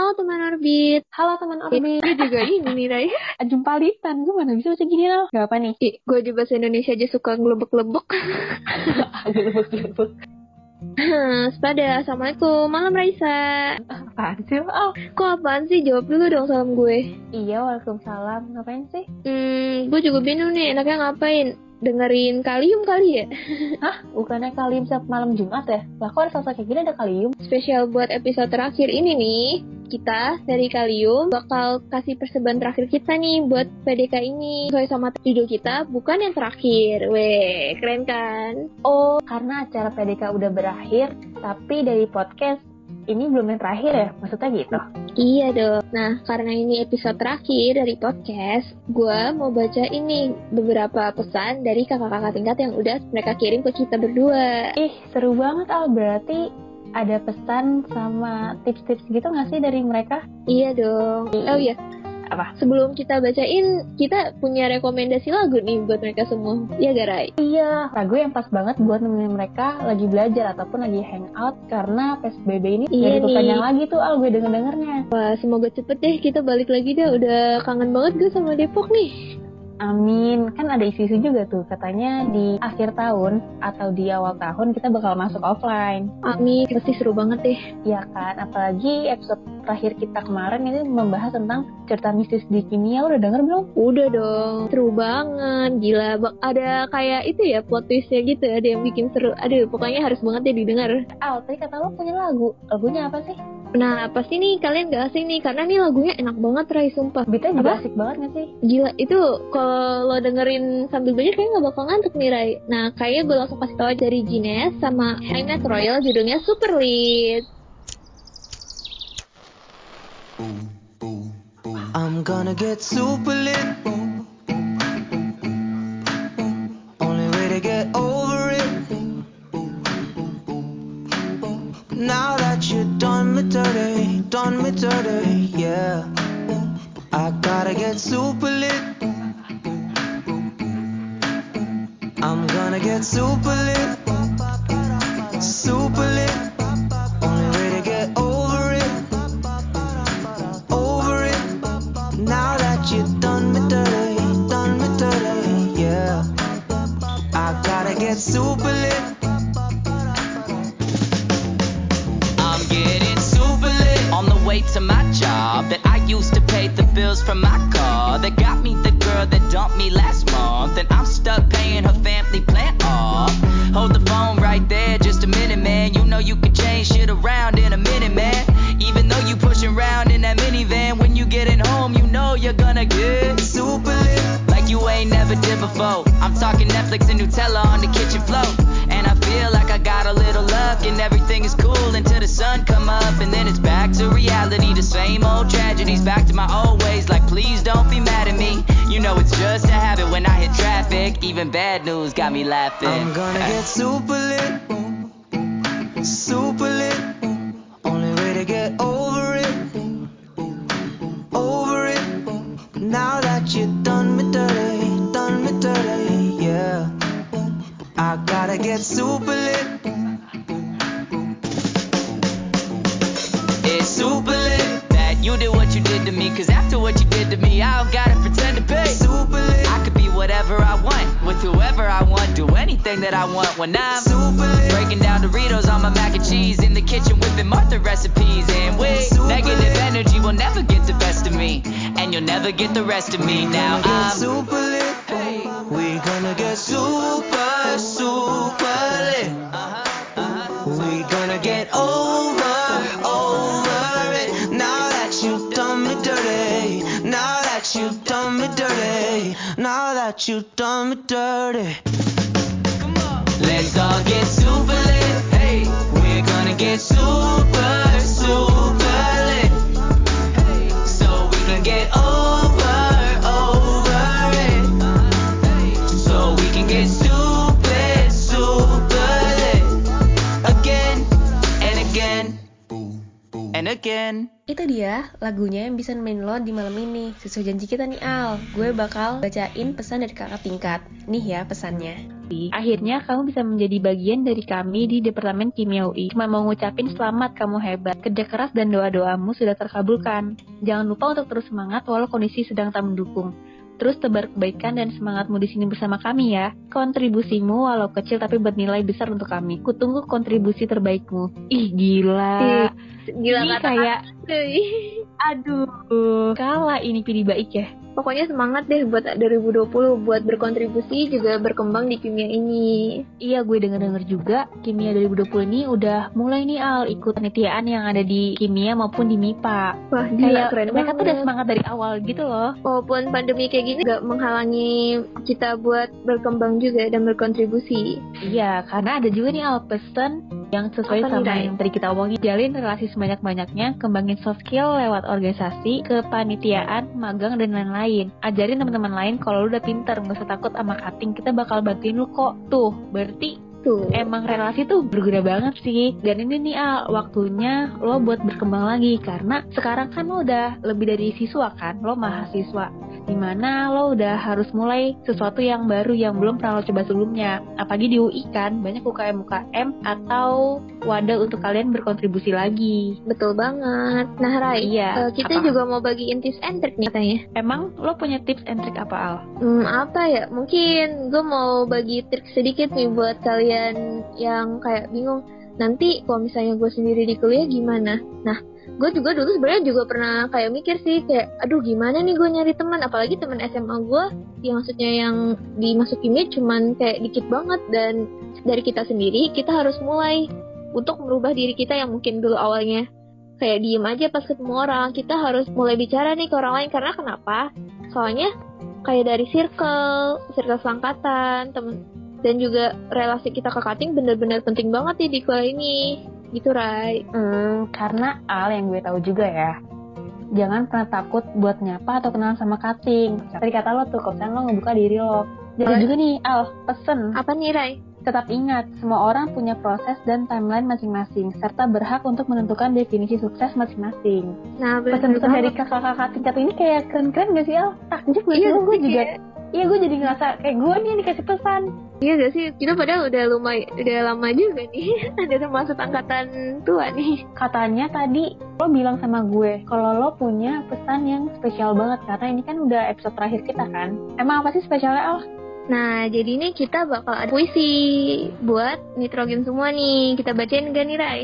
Halo teman Orbit. Halo teman Orbit. Gue juga ini nih, Ray. Jumpa Litan, gue mana bisa gini loh. Gak apa nih? Gue di bahasa Indonesia aja suka ngelebek-lebek. Gelebek-gelebek. Sepada, Assalamualaikum. Malam Raisa. Apaan sih lo? Kok apaan sih? Jawab dulu dong salam gue. Iya, waalaikumsalam. Ngapain sih? Gue juga bingung nih, enaknya ngapain? Dengerin Kalium kali ya? Hah? Bukannya Kalium setiap malam Jumat ya? Lah kok ada selesai kayak gini ada Kalium? Spesial buat episode terakhir ini nih, kita dari Kalium bakal kasih persembahan terakhir kita nih buat PDK ini. Sesuai sama judul kita, bukan yang terakhir. Weh, keren kan? Oh, karena acara PDK udah berakhir, tapi dari podcast ini belum yang terakhir ya? Maksudnya gitu? Iya dong. Nah, karena ini episode terakhir dari podcast, gue mau baca ini beberapa pesan dari kakak-kakak tingkat yang udah mereka kirim ke kita berdua. Ih, seru banget Al. Berarti ada pesan sama tips-tips gitu gak sih dari mereka? Iya dong. Oh iya. Apa? Sebelum kita bacain, kita punya rekomendasi lagu nih buat mereka semua. Iya gak, Rai? Iya, lagu yang pas banget buat nemenin mereka lagi belajar ataupun lagi hangout karena PSBB ini Iya jadi panjang lagi tuh Al, gue denger-dengernya. Wah, semoga cepet deh kita balik lagi deh. Udah kangen banget gue sama Depok nih. Amin, kan ada isu-isu juga tuh katanya di akhir tahun atau di awal tahun kita bakal masuk offline. Amin, pasti seru banget deh. Ya kan, apalagi episode terakhir kita kemarin ini membahas tentang cerita mistis di kimia, udah denger belum? Udah dong, seru banget, gila. Ada kayak itu ya, plot twistnya gitu, ada yang bikin seru. Aduh, pokoknya harus banget deh didengar. Tadi kata lo punya lagunya apa sih? Nah, pasti nih kalian gak asing nih, karena nih lagunya enak banget, Rai, sumpah. Beatnya juga asik banget gak sih? Gila, itu kalau lo dengerin sambil belajar kayaknya gak bakal ngantuk nih, Rai. Nah, kayaknya gue langsung kasih tau dari Gines sama Highnet Royal, judulnya Super Lit. I'm gonna get super lit. Only way to get over it. Now that you done me dirty, yeah. I gotta get super lit. I'm gonna get super lit. Super lit. Only way to get over it. Over it. Now that you done me dirty, yeah. I gotta get super lit. I'm getting super lit on the way to my job that I used to pay the bills from my car. That got me the girl that dumped me last month, and I'm stuck paying her family plan off. Hold the phone right there, just a minute, man. You know you can change shit around in a minute, man. Even though you pushing around in that minivan, when you getting home, you know you're gonna get super lit like you ain't never did before. I'm talking Netflix and Nutella on the kitchen floor, and I feel like I got a little luck, and everything is cool until the sun come up, and then it's back to reality. The same old tragedies, back to my old ways. Like please don't be mad at me. You know it's just a habit when I hit traffic. Even bad news got me laughing. I'm gonna get super lit. Super lit. Only way to get over it. Over it. Now that you done me dirty, yeah. I gotta get super lit. It's super lit that you did what you did to me, cause after what you did to me, I don't gotta pretend to be super lit. I could be whatever I want, with whoever I want, do anything that I want when I'm super lit. Breaking down Doritos on my mac and cheese, in the kitchen whipping Martha recipes, and negative energy will never get the best of me, and you'll never get the rest of me. Now I'm super lit. Hey. We gonna get super, super lit. We gonna get over it. Now that you done me dirty. Now that you done me dirty. Now that you done me dirty. Come on. Let's all get super lit. Hey, we're gonna get super, super lit. Hey, so we can get over it. So we can get stupid, super lit. Again and again and again. Itu dia lagunya yang bisa nemenin lo di malam ini. Sesuai janji kita nih Al, gue bakal bacain pesan dari kakak tingkat. Nih ya pesannya. Akhirnya kamu bisa menjadi bagian dari kami di Departemen Kimia UI. Cuma mau ngucapin selamat, kamu hebat. Kerja keras dan doa-doamu sudah terkabulkan. Jangan lupa untuk terus semangat walau kondisi sedang tak mendukung. Terus tebar kebaikan dan semangatmu di sini bersama kami ya. Kontribusimu walau kecil tapi bernilai besar untuk kami. Kutunggu kontribusi terbaikmu. Ih, gila. Gila Ini kata kayak, aduh, kalah ini pilih baik ya. Pokoknya semangat deh buat 2020 buat berkontribusi juga berkembang di kimia ini. Iya, gue denger-denger juga Kimia 2020 ini udah mulai nih Al ikut panitiaan yang ada di Kimia maupun di MIPA. Wah, gila, Kayak keren mereka tuh udah banget. semangat dari awal gitu loh. Walaupun pandemi kayak gini gak menghalangi kita buat berkembang juga dan berkontribusi. Iya, karena ada juga nih Al pesan yang sesuai Apa nih, sama Rai? yang tadi kita omongin. Jalin relasi sebanyak-banyaknya, kembangin soft skill lewat organisasi, kepanitiaan, magang, dan lain-lain. Ajarin teman-teman lain kalau lu udah pinter, gak usah takut sama cutting, kita bakal bantuin lu kok. Tuh, berarti emang relasi tuh berguna banget sih. Dan ini nih Al, waktunya lo buat berkembang lagi. Karena sekarang kan lo udah lebih dari siswa kan, lo mahasiswa, dimana lo udah harus mulai sesuatu yang baru yang belum pernah lo coba sebelumnya. Apalagi di UI kan, banyak UKM-UKM atau wadah untuk kalian berkontribusi lagi. Betul banget. Nah Rai, Iya, kita apa? juga mau bagiin tips and trick nih katanya. Emang lo punya tips and trick apa Al? Apa ya? Mungkin gue mau bagi trik sedikit nih buat kalian yang kayak bingung. Nanti kalau misalnya gue sendiri di kuliah gimana? Nah, gue juga dulu sebenarnya juga pernah kayak mikir sih kayak, aduh gimana nih gue nyari teman, apalagi teman SMA gue, yang maksudnya yang dimasuk kimia cuman kayak dikit banget, dan dari kita sendiri kita harus mulai untuk merubah diri kita yang mungkin dulu awalnya kayak diem aja pas ketemu orang. Kita harus mulai bicara nih ke orang lain. Karena kenapa? Soalnya kayak dari circle seangkatan, temen, dan juga relasi kita ke cutting bener-bener penting banget nih di kuliah ini. Gitu, Rai. Karena Al yang gue tahu juga ya, jangan pernah takut buat nyapa atau kenal sama cutting. Tadi kata lo tuh, kalau lo ngebuka diri lo. Jadi juga nih Al, pesen. Apa nih, Rai? Tetap ingat, semua orang punya proses dan timeline masing-masing, serta berhak untuk menentukan definisi sukses masing-masing. Nah, Pesan-pesan dari kakak-kakak tingkat ini kayak keren-keren gak sih Al? Takjub gak sih lo? Gue juga, iya gue jadi ngerasa kayak gue nih yang dikasih pesan. Iya gak sih? Kita padahal udah lama juga nih. Ada termasuk angkatan tua nih. Katanya tadi lo bilang sama gue kalau lo punya pesan yang spesial banget, karena ini kan udah episode terakhir kita kan. Emang apa sih spesialnya Al? Nah, jadi ini kita bakal ada puisi buat nitrogen semua nih. Kita bacain gak nih, Rai?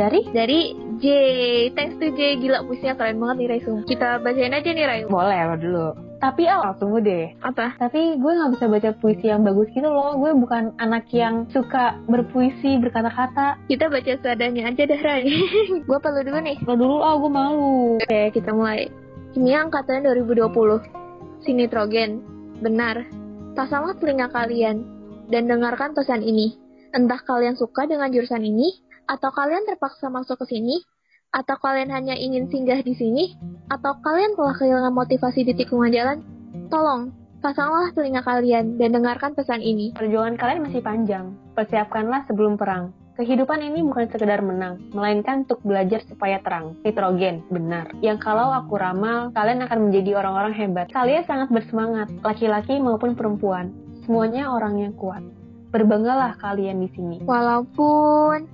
Dari J. Thanks to J. Gila, puisinya keren banget nih, Rai. Kita bacain aja nih, Rai. Boleh lo dulu. Tapi Al, tunggu deh. Apa? Tapi gue gak bisa baca puisi yang bagus gitu loh. Gue bukan anak yang suka berpuisi, berkata-kata. Kita baca seadanya aja dah, Rai. Gue perlu dulu nih. Lo dulu, gue malu. Oke, kita mulai. Kimia angkatan 2020. Si nitrogen. Benar. Pasanglah telinga kalian dan dengarkan pesan ini. Entah kalian suka dengan jurusan ini, atau kalian terpaksa masuk ke sini, atau kalian hanya ingin singgah di sini, atau kalian telah kehilangan motivasi di tikungan jalan, tolong, pasanglah telinga kalian dan dengarkan pesan ini. Perjuangan kalian masih panjang. Persiapkanlah sebelum perang. Kehidupan ini bukan sekedar menang, melainkan untuk belajar supaya terang. Nitrogen, benar. Yang kalau aku ramal, kalian akan menjadi orang-orang hebat. Kalian sangat bersemangat, laki-laki maupun perempuan. Semuanya orang yang kuat. Berbanggalah kalian di sini. Walaupun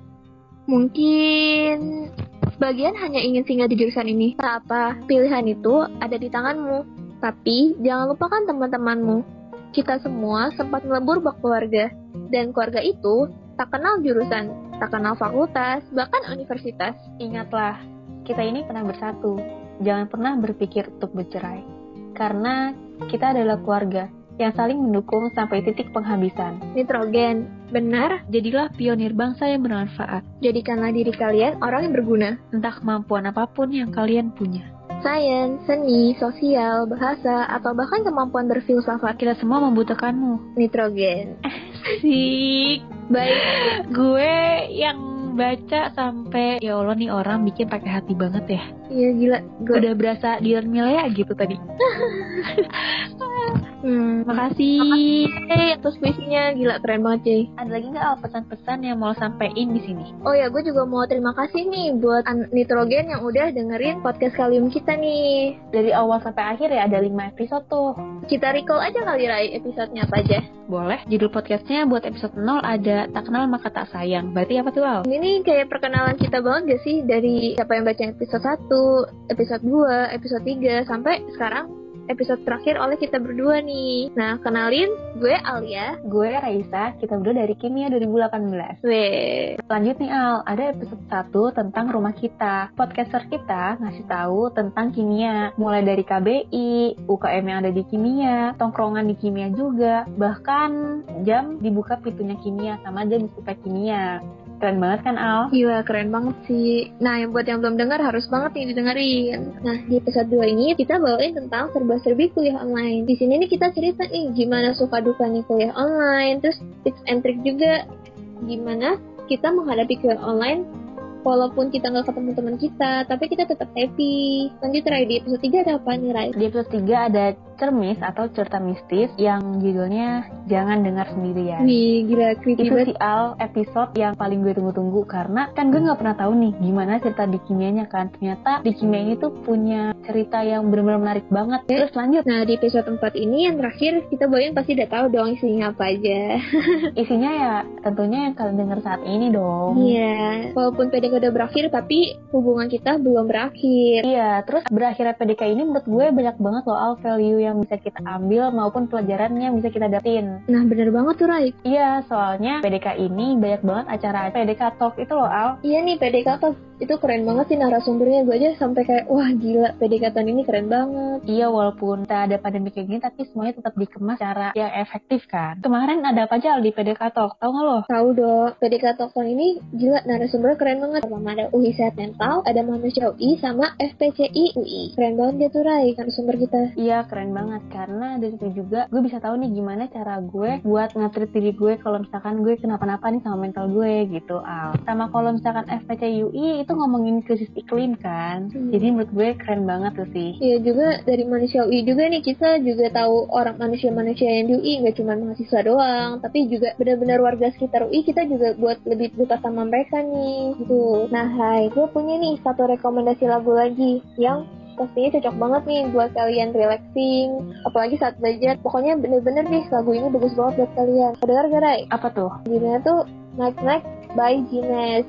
mungkin sebagian hanya ingin singgah di jurusan ini, tak apa, pilihan itu ada di tanganmu. Tapi jangan lupakan teman-temanmu. Kita semua sempat melebur bak keluarga, dan keluarga itu tak kenal jurusan, tak kenal fakultas, bahkan universitas. Ingatlah, kita ini pernah bersatu. Jangan pernah berpikir untuk bercerai. Karena kita adalah keluarga yang saling mendukung sampai titik penghabisan. Nitrogen, benar. Jadilah pionir bangsa yang bermanfaat. Jadikanlah diri kalian orang yang berguna. Entah kemampuan apapun yang kalian punya. Sains, seni, sosial, bahasa, atau bahkan kemampuan berfilsafat. Kita semua membutuhkanmu. Nitrogen. Asik. Baik, gue yang baca sampai ya Allah nih orang bikin pakai hati banget ya. Iya gila. Udah berasa Dilan Milea gitu tadi. Makasih. Terus puisinya gila keren banget cuy. Ada lagi nggak Al pesan-pesan yang mau sampein di sini? Oh ya, gue juga mau terima kasih nih buat Nitrogen yang udah dengerin podcast Kalium kita nih. Dari awal sampai akhir ya ada 5 episode tuh. Kita recall aja kali Rai episodenya apa aja. Boleh, judul podcastnya buat episode 0 ada Tak Kenal Maka Tak Sayang. Berarti apa tuh Al? Ini kayak perkenalan kita banget gak sih? Dari siapa yang baca episode 1, episode 2, episode 3, sampai sekarang episode terakhir oleh kita berdua nih. Nah, kenalin, gue Alia. Gue Raisa, kita berdua dari Kimia 2018. Weh. Lanjut nih Al, ada episode 1 tentang rumah kita. Podcaster kita ngasih tahu tentang kimia, mulai dari KBI, UKM yang ada di kimia, tongkrongan di kimia juga, bahkan jam dibuka pintunya kimia sama jam dibuka kimia. Keren banget kan Al? Gila, keren banget sih. Nah, yang buat yang belum dengar harus banget nih didengerin. Nah, di episode 2 ini kita bawain tentang serba-serbi kuliah online. Di sini nih kita cerita nih gimana suka dukanya kuliah online, terus tips and trick juga gimana kita menghadapi kuliah online walaupun kita nggak ketemu teman kita, tapi kita tetap happy. Lanjut Rai, di episode 3 ada apa nih Rai? Di episode 3 ada cermis atau cerita mistis yang judulnya Jangan Dengar Sendirian. Wih, gila creepy Itu banget. si Al episode yang paling gue tunggu-tunggu karena kan gue nggak pernah tahu nih gimana cerita di kimianya kan. Ternyata di kimia ini tuh punya cerita yang benar-benar menarik banget. Terus lanjut. Nah, di episode 4 ini yang terakhir kita bawain pasti udah tahu dong isinya apa aja. Isinya ya tentunya yang kalian dengar saat ini dong. Iya, walaupun PDK udah berakhir tapi hubungan kita belum berakhir. Iya, terus berakhirnya PDK ini menurut gue banyak banget loh Al value yang bisa kita ambil maupun pelajarannya bisa kita dapetin. Nah, bener banget tuh Rai. Iya, soalnya PDK ini banyak banget acara PDK Talk itu loh Al. Iya nih, PDK Talk itu keren banget sih narasumbernya. Gue aja sampai kayak, wah gila, PDK tahun ini keren banget. Iya, walaupun tak ada pandemi kayak gini tapi semuanya tetap dikemas secara yang efektif kan. Kemarin ada apa aja Al di PDK Talk? Tahu nggak lo? Tahu dong, PDK Talk tahun ini gila narasumbernya keren banget. Pertama ada UI Sehat Mental, ada Manusia UI, sama FPCI UI. Keren banget dia tuh Rai, narasumber kita. Iya, keren banget karena dari situ juga gue bisa tahu nih gimana cara gue buat nge-treat diri gue kalau misalkan gue kenapa-napa nih sama mental gue gitu Al. Sama kalau misalkan FPCI UI itu ngomongin krisis iklim kan. Jadi menurut gue keren banget tuh sih. Iya juga dari Manusia UI juga nih kita juga tahu orang manusia-manusia yang di UI nggak cuma mahasiswa doang, tapi juga benar-benar warga sekitar UI kita juga buat lebih dekat sama mereka nih gitu. Nah Hai, gue punya nih satu rekomendasi lagu lagi yang pastinya cocok banget nih buat kalian relaxing, apalagi saat belajar. Pokoknya bener-bener nih lagu ini bagus banget buat kalian. Dengar gak Rai? Apa tuh? Judulnya tuh Night Night by Gines.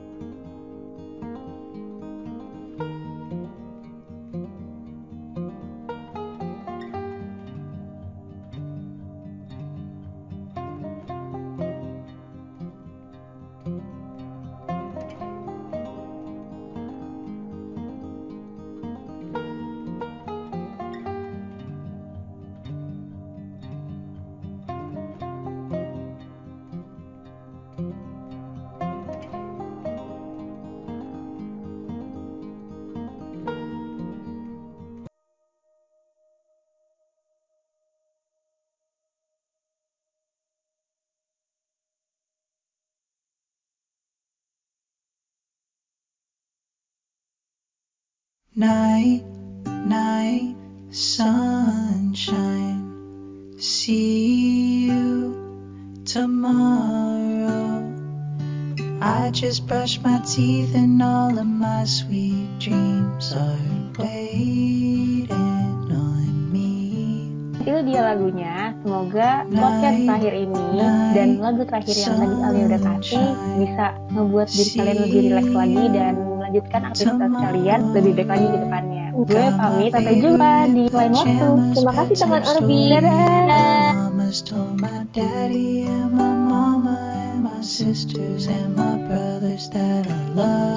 Night, night, sunshine. See you tomorrow. I just brushed my teeth and all of my sweet dreams are waiting on me. Itu dia lagunya. Semoga podcast terakhir ini dan lagu terakhir yang tadi Alia udah kasih bisa ngebuat diri kalian lebih rileks lagi dan melanjutkan aktivitas kalian lebih baik lagi ke depannya. Gue pamit, sampai jumpa di lain waktu. Terima kasih teman Orbi. Dadah. Mama's told my daddy and my mama and my sisters and my brothers that I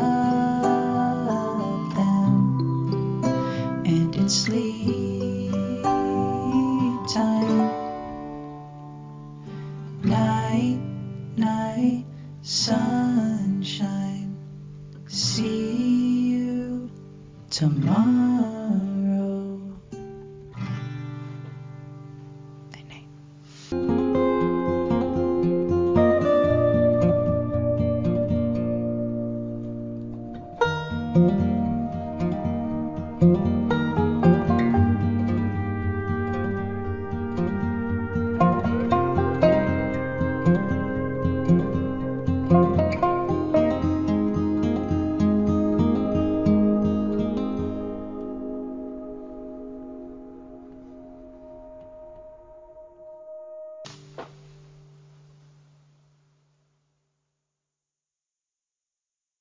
love them. And it's sleep time. Night, night, sunshine. See you tomorrow. Night, night.